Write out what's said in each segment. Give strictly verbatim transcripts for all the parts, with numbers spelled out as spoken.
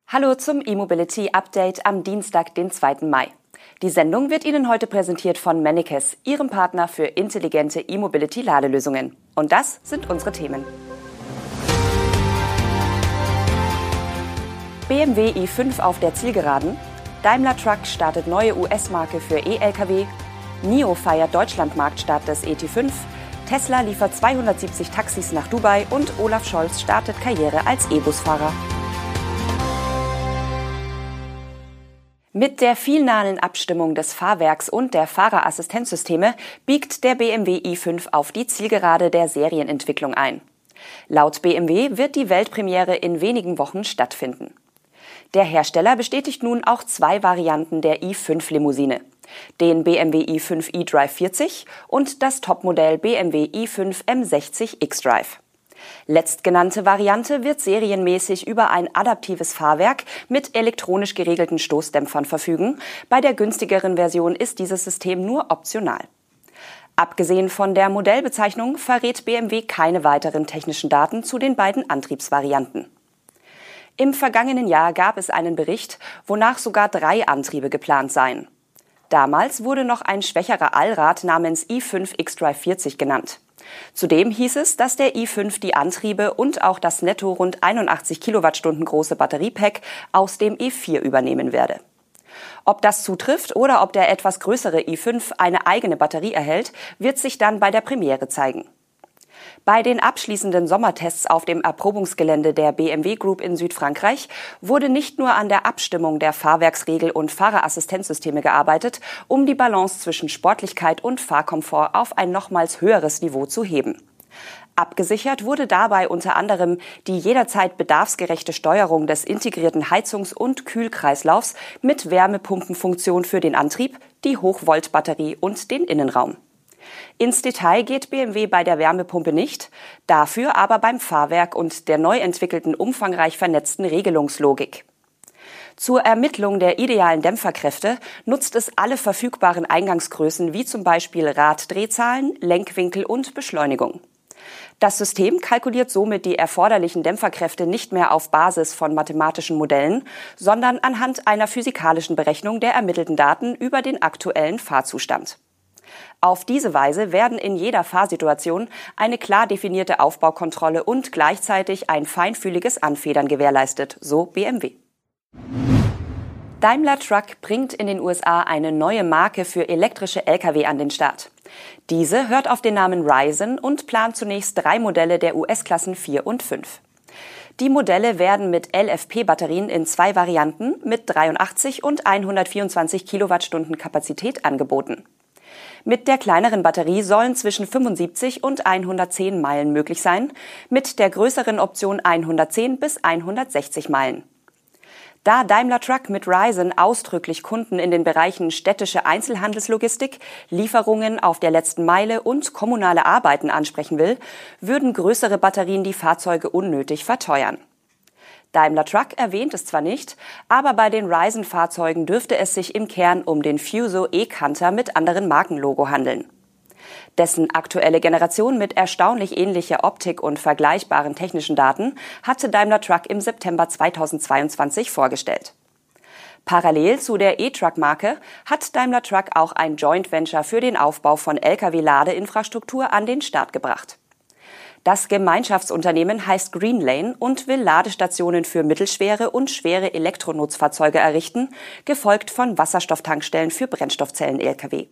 Hallo zum E-Mobility Update am Dienstag, den zweiten Mai. Die Sendung wird Ihnen heute präsentiert von Mennekes, Ihrem Partner für intelligente E-Mobility-Ladelösungen. Und das sind unsere Themen. B M W i fünf auf der Zielgeraden, Daimler Truck startet neue U S-Marke für E-L K W, N I O feiert Deutschlandmarktstart des E T fünf, Tesla liefert zweihundertsiebzig Taxis nach Dubai und Olaf Scholz startet Karriere als E-Bus-Fahrer. Mit der finalen Abstimmung des Fahrwerks und der Fahrerassistenzsysteme biegt der B M W i fünf auf die Zielgerade der Serienentwicklung ein. Laut B M W wird die Weltpremiere in wenigen Wochen stattfinden. Der Hersteller bestätigt nun auch zwei Varianten der i fünf Limousine. Den B M W i fünf eDrive vierzig und das Topmodell B M W i fünf M sechzig xDrive. Letztgenannte Variante wird serienmäßig über ein adaptives Fahrwerk mit elektronisch geregelten Stoßdämpfern verfügen. Bei der günstigeren Version ist dieses System nur optional. Abgesehen von der Modellbezeichnung verrät B M W keine weiteren technischen Daten zu den beiden Antriebsvarianten. Im vergangenen Jahr gab es einen Bericht, wonach sogar drei Antriebe geplant seien. Damals wurde noch ein schwächerer Allrad namens i fünf xDrive vierzig genannt. Zudem hieß es, dass der i fünf die Antriebe und auch das netto rund einundachtzig Kilowattstunden große Batteriepack aus dem e vier übernehmen werde. Ob das zutrifft oder ob der etwas größere i fünf eine eigene Batterie erhält, wird sich dann bei der Premiere zeigen. Bei den abschließenden Sommertests auf dem Erprobungsgelände der B M W Group in Südfrankreich wurde nicht nur an der Abstimmung der Fahrwerksregel- und Fahrerassistenzsysteme gearbeitet, um die Balance zwischen Sportlichkeit und Fahrkomfort auf ein nochmals höheres Niveau zu heben. Abgesichert wurde dabei unter anderem die jederzeit bedarfsgerechte Steuerung des integrierten Heizungs- und Kühlkreislaufs mit Wärmepumpenfunktion für den Antrieb, die Hochvoltbatterie und den Innenraum. Ins Detail geht B M W bei der Wärmepumpe nicht, dafür aber beim Fahrwerk und der neu entwickelten umfangreich vernetzten Regelungslogik. Zur Ermittlung der idealen Dämpferkräfte nutzt es alle verfügbaren Eingangsgrößen wie zum Beispiel Raddrehzahlen, Lenkwinkel und Beschleunigung. Das System kalkuliert somit die erforderlichen Dämpferkräfte nicht mehr auf Basis von mathematischen Modellen, sondern anhand einer physikalischen Berechnung der ermittelten Daten über den aktuellen Fahrzustand. Auf diese Weise werden in jeder Fahrsituation eine klar definierte Aufbaukontrolle und gleichzeitig ein feinfühliges Anfedern gewährleistet, so B M W. Daimler Truck bringt in den U S A eine neue Marke für elektrische L K W an den Start. Diese hört auf den Namen Ryzen und plant zunächst drei Modelle der U S-Klassen vier und fünf. Die Modelle werden mit L F P-Batterien in zwei Varianten mit dreiundachtzig und hundertvierundzwanzig Kilowattstunden Kapazität angeboten. Mit der kleineren Batterie sollen zwischen fünfundsiebzig und hundertzehn Meilen möglich sein, mit der größeren Option hundertzehn bis hundertsechzig Meilen. Da Daimler Truck mit Ryzen ausdrücklich Kunden in den Bereichen städtische Einzelhandelslogistik, Lieferungen auf der letzten Meile und kommunale Arbeiten ansprechen will, würden größere Batterien die Fahrzeuge unnötig verteuern. Daimler Truck erwähnt es zwar nicht, aber bei den Ryzen-Fahrzeugen dürfte es sich im Kern um den Fuso E-Canter mit anderen Markenlogo handeln. Dessen aktuelle Generation mit erstaunlich ähnlicher Optik und vergleichbaren technischen Daten hatte Daimler Truck im September zweitausendzweiundzwanzig vorgestellt. Parallel zu der E-Truck-Marke hat Daimler Truck auch ein Joint Venture für den Aufbau von L K W-Ladeinfrastruktur an den Start gebracht. Das Gemeinschaftsunternehmen heißt Greenlane und will Ladestationen für mittelschwere und schwere Elektronutzfahrzeuge errichten, gefolgt von Wasserstofftankstellen für Brennstoffzellen-L K W.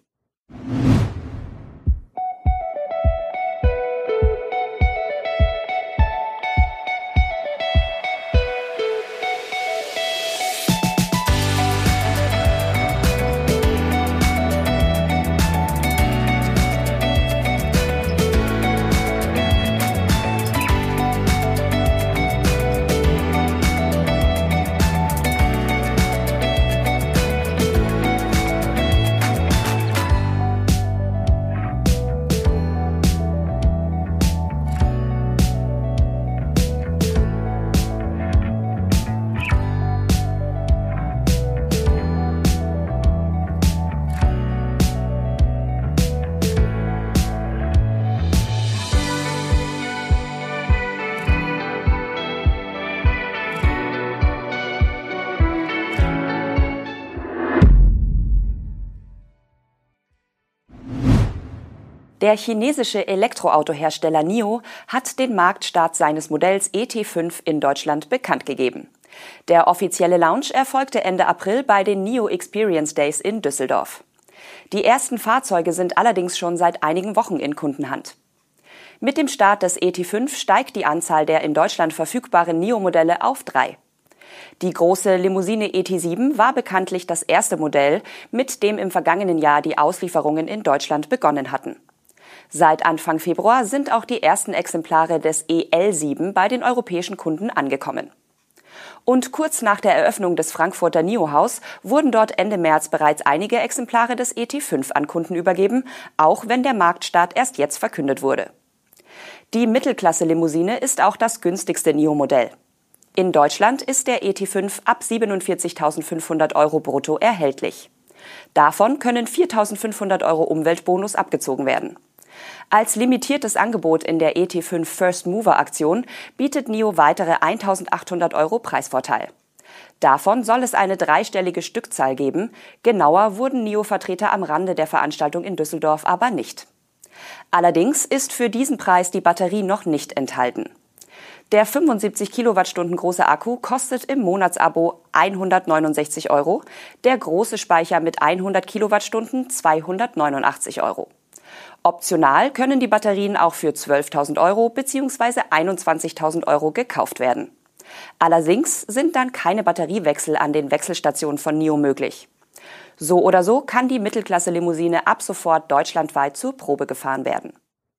Der chinesische Elektroautohersteller N I O hat den Marktstart seines Modells E T fünf in Deutschland bekannt gegeben. Der offizielle Launch erfolgte Ende April bei den N I O Experience Days in Düsseldorf. Die ersten Fahrzeuge sind allerdings schon seit einigen Wochen in Kundenhand. Mit dem Start des E T fünf steigt die Anzahl der in Deutschland verfügbaren N I O-Modelle auf drei. Die große Limousine E T sieben war bekanntlich das erste Modell, mit dem im vergangenen Jahr die Auslieferungen in Deutschland begonnen hatten. Seit Anfang Februar sind auch die ersten Exemplare des E L sieben bei den europäischen Kunden angekommen. Und kurz nach der Eröffnung des Frankfurter N I O-Haus wurden dort Ende März bereits einige Exemplare des E T fünf an Kunden übergeben, auch wenn der Marktstart erst jetzt verkündet wurde. Die Mittelklasse-Limousine ist auch das günstigste N I O-Modell. In Deutschland ist der E T fünf ab siebenundvierzigtausendfünfhundert Euro brutto erhältlich. Davon können viertausendfünfhundert Euro Umweltbonus abgezogen werden. Als limitiertes Angebot in der E T fünf First Mover Aktion bietet N I O weitere eintausendachthundert Euro Preisvorteil. Davon soll es eine dreistellige Stückzahl geben. Genauer wurden N I O-Vertreter am Rande der Veranstaltung in Düsseldorf aber nicht. Allerdings ist für diesen Preis die Batterie noch nicht enthalten. Der fünfundsiebzig Kilowattstunden große Akku kostet im Monatsabo hundertneunundsechzig Euro, der große Speicher mit hundert Kilowattstunden zweihundertneunundachtzig Euro. Optional können die Batterien auch für zwölftausend Euro bzw. einundzwanzigtausend Euro gekauft werden. Allerdings sind dann keine Batteriewechsel an den Wechselstationen von N I O möglich. So oder so kann die Mittelklasse-Limousine ab sofort deutschlandweit zur Probe gefahren werden.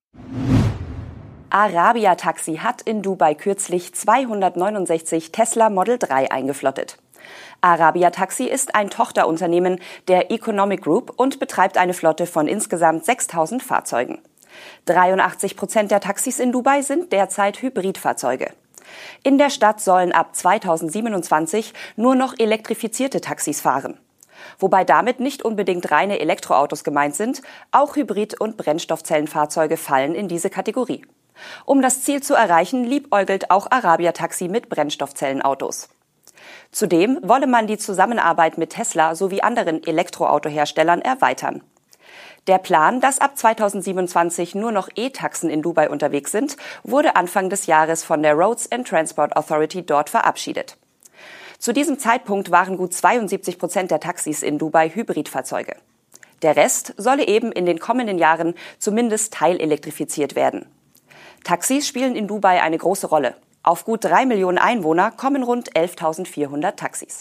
Arabia Taxi hat in Dubai kürzlich zweihundertneunundsechzig Tesla Model drei eingeflottet. Arabia Taxi ist ein Tochterunternehmen der Economic Group und betreibt eine Flotte von insgesamt sechstausend Fahrzeugen. dreiundachtzig Prozent der Taxis in Dubai sind derzeit Hybridfahrzeuge. In der Stadt sollen ab zweitausendsiebenundzwanzig nur noch elektrifizierte Taxis fahren. Wobei damit nicht unbedingt reine Elektroautos gemeint sind, auch Hybrid- und Brennstoffzellenfahrzeuge fallen in diese Kategorie. Um das Ziel zu erreichen, liebäugelt auch Arabia Taxi mit Brennstoffzellenautos. Zudem wolle man die Zusammenarbeit mit Tesla sowie anderen Elektroautoherstellern erweitern. Der Plan, dass ab zweitausendsiebenundzwanzig nur noch E-Taxen in Dubai unterwegs sind, wurde Anfang des Jahres von der Roads and Transport Authority dort verabschiedet. Zu diesem Zeitpunkt waren gut zweiundsiebzig Prozent der Taxis in Dubai Hybridfahrzeuge. Der Rest solle eben in den kommenden Jahren zumindest teilelektrifiziert werden. Taxis spielen in Dubai eine große Rolle. Auf gut drei Millionen Einwohner kommen rund elftausendvierhundert Taxis.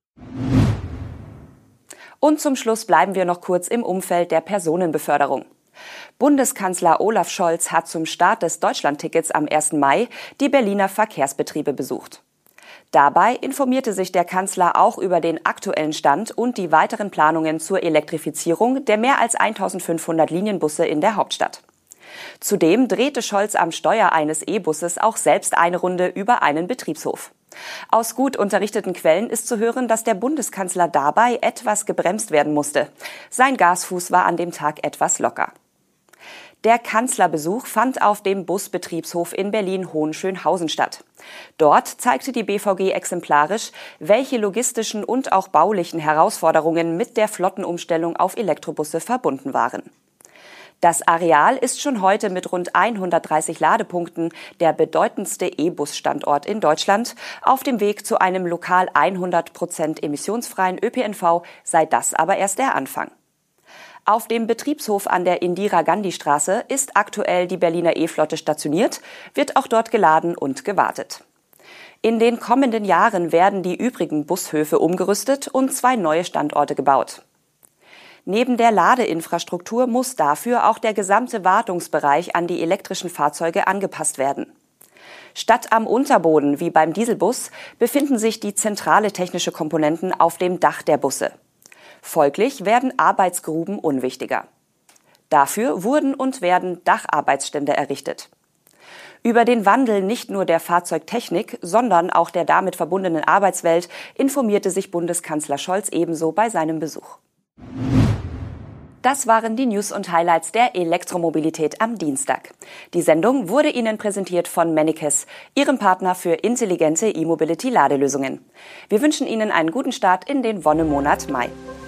Und zum Schluss bleiben wir noch kurz im Umfeld der Personenbeförderung. Bundeskanzler Olaf Scholz hat zum Start des Deutschlandtickets am ersten Mai die Berliner Verkehrsbetriebe besucht. Dabei informierte sich der Kanzler auch über den aktuellen Stand und die weiteren Planungen zur Elektrifizierung der mehr als eintausendfünfhundert Linienbusse in der Hauptstadt. Zudem drehte Scholz am Steuer eines E-Busses auch selbst eine Runde über einen Betriebshof. Aus gut unterrichteten Quellen ist zu hören, dass der Bundeskanzler dabei etwas gebremst werden musste. Sein Gasfuß war an dem Tag etwas locker. Der Kanzlerbesuch fand auf dem Busbetriebshof in Berlin-Hohenschönhausen statt. Dort zeigte die B V G exemplarisch, welche logistischen und auch baulichen Herausforderungen mit der Flottenumstellung auf Elektrobusse verbunden waren. Das Areal ist schon heute mit rund hundertdreißig Ladepunkten der bedeutendste E-Bus-Standort in Deutschland. Auf dem Weg zu einem lokal hundert Prozent emissionsfreien Ö P N V sei das aber erst der Anfang. Auf dem Betriebshof an der Indira-Gandhi-Straße ist aktuell die Berliner E-Flotte stationiert, wird auch dort geladen und gewartet. In den kommenden Jahren werden die übrigen Bushöfe umgerüstet und zwei neue Standorte gebaut. Neben der Ladeinfrastruktur muss dafür auch der gesamte Wartungsbereich an die elektrischen Fahrzeuge angepasst werden. Statt am Unterboden wie beim Dieselbus befinden sich die zentrale technische Komponenten auf dem Dach der Busse. Folglich werden Arbeitsgruben unwichtiger. Dafür wurden und werden Dacharbeitsstände errichtet. Über den Wandel nicht nur der Fahrzeugtechnik, sondern auch der damit verbundenen Arbeitswelt informierte sich Bundeskanzler Scholz ebenso bei seinem Besuch. Das waren die News und Highlights der Elektromobilität am Dienstag. Die Sendung wurde Ihnen präsentiert von Mennekes, Ihrem Partner für intelligente E-Mobility-Ladelösungen. Wir wünschen Ihnen einen guten Start in den Wonnemonat Mai.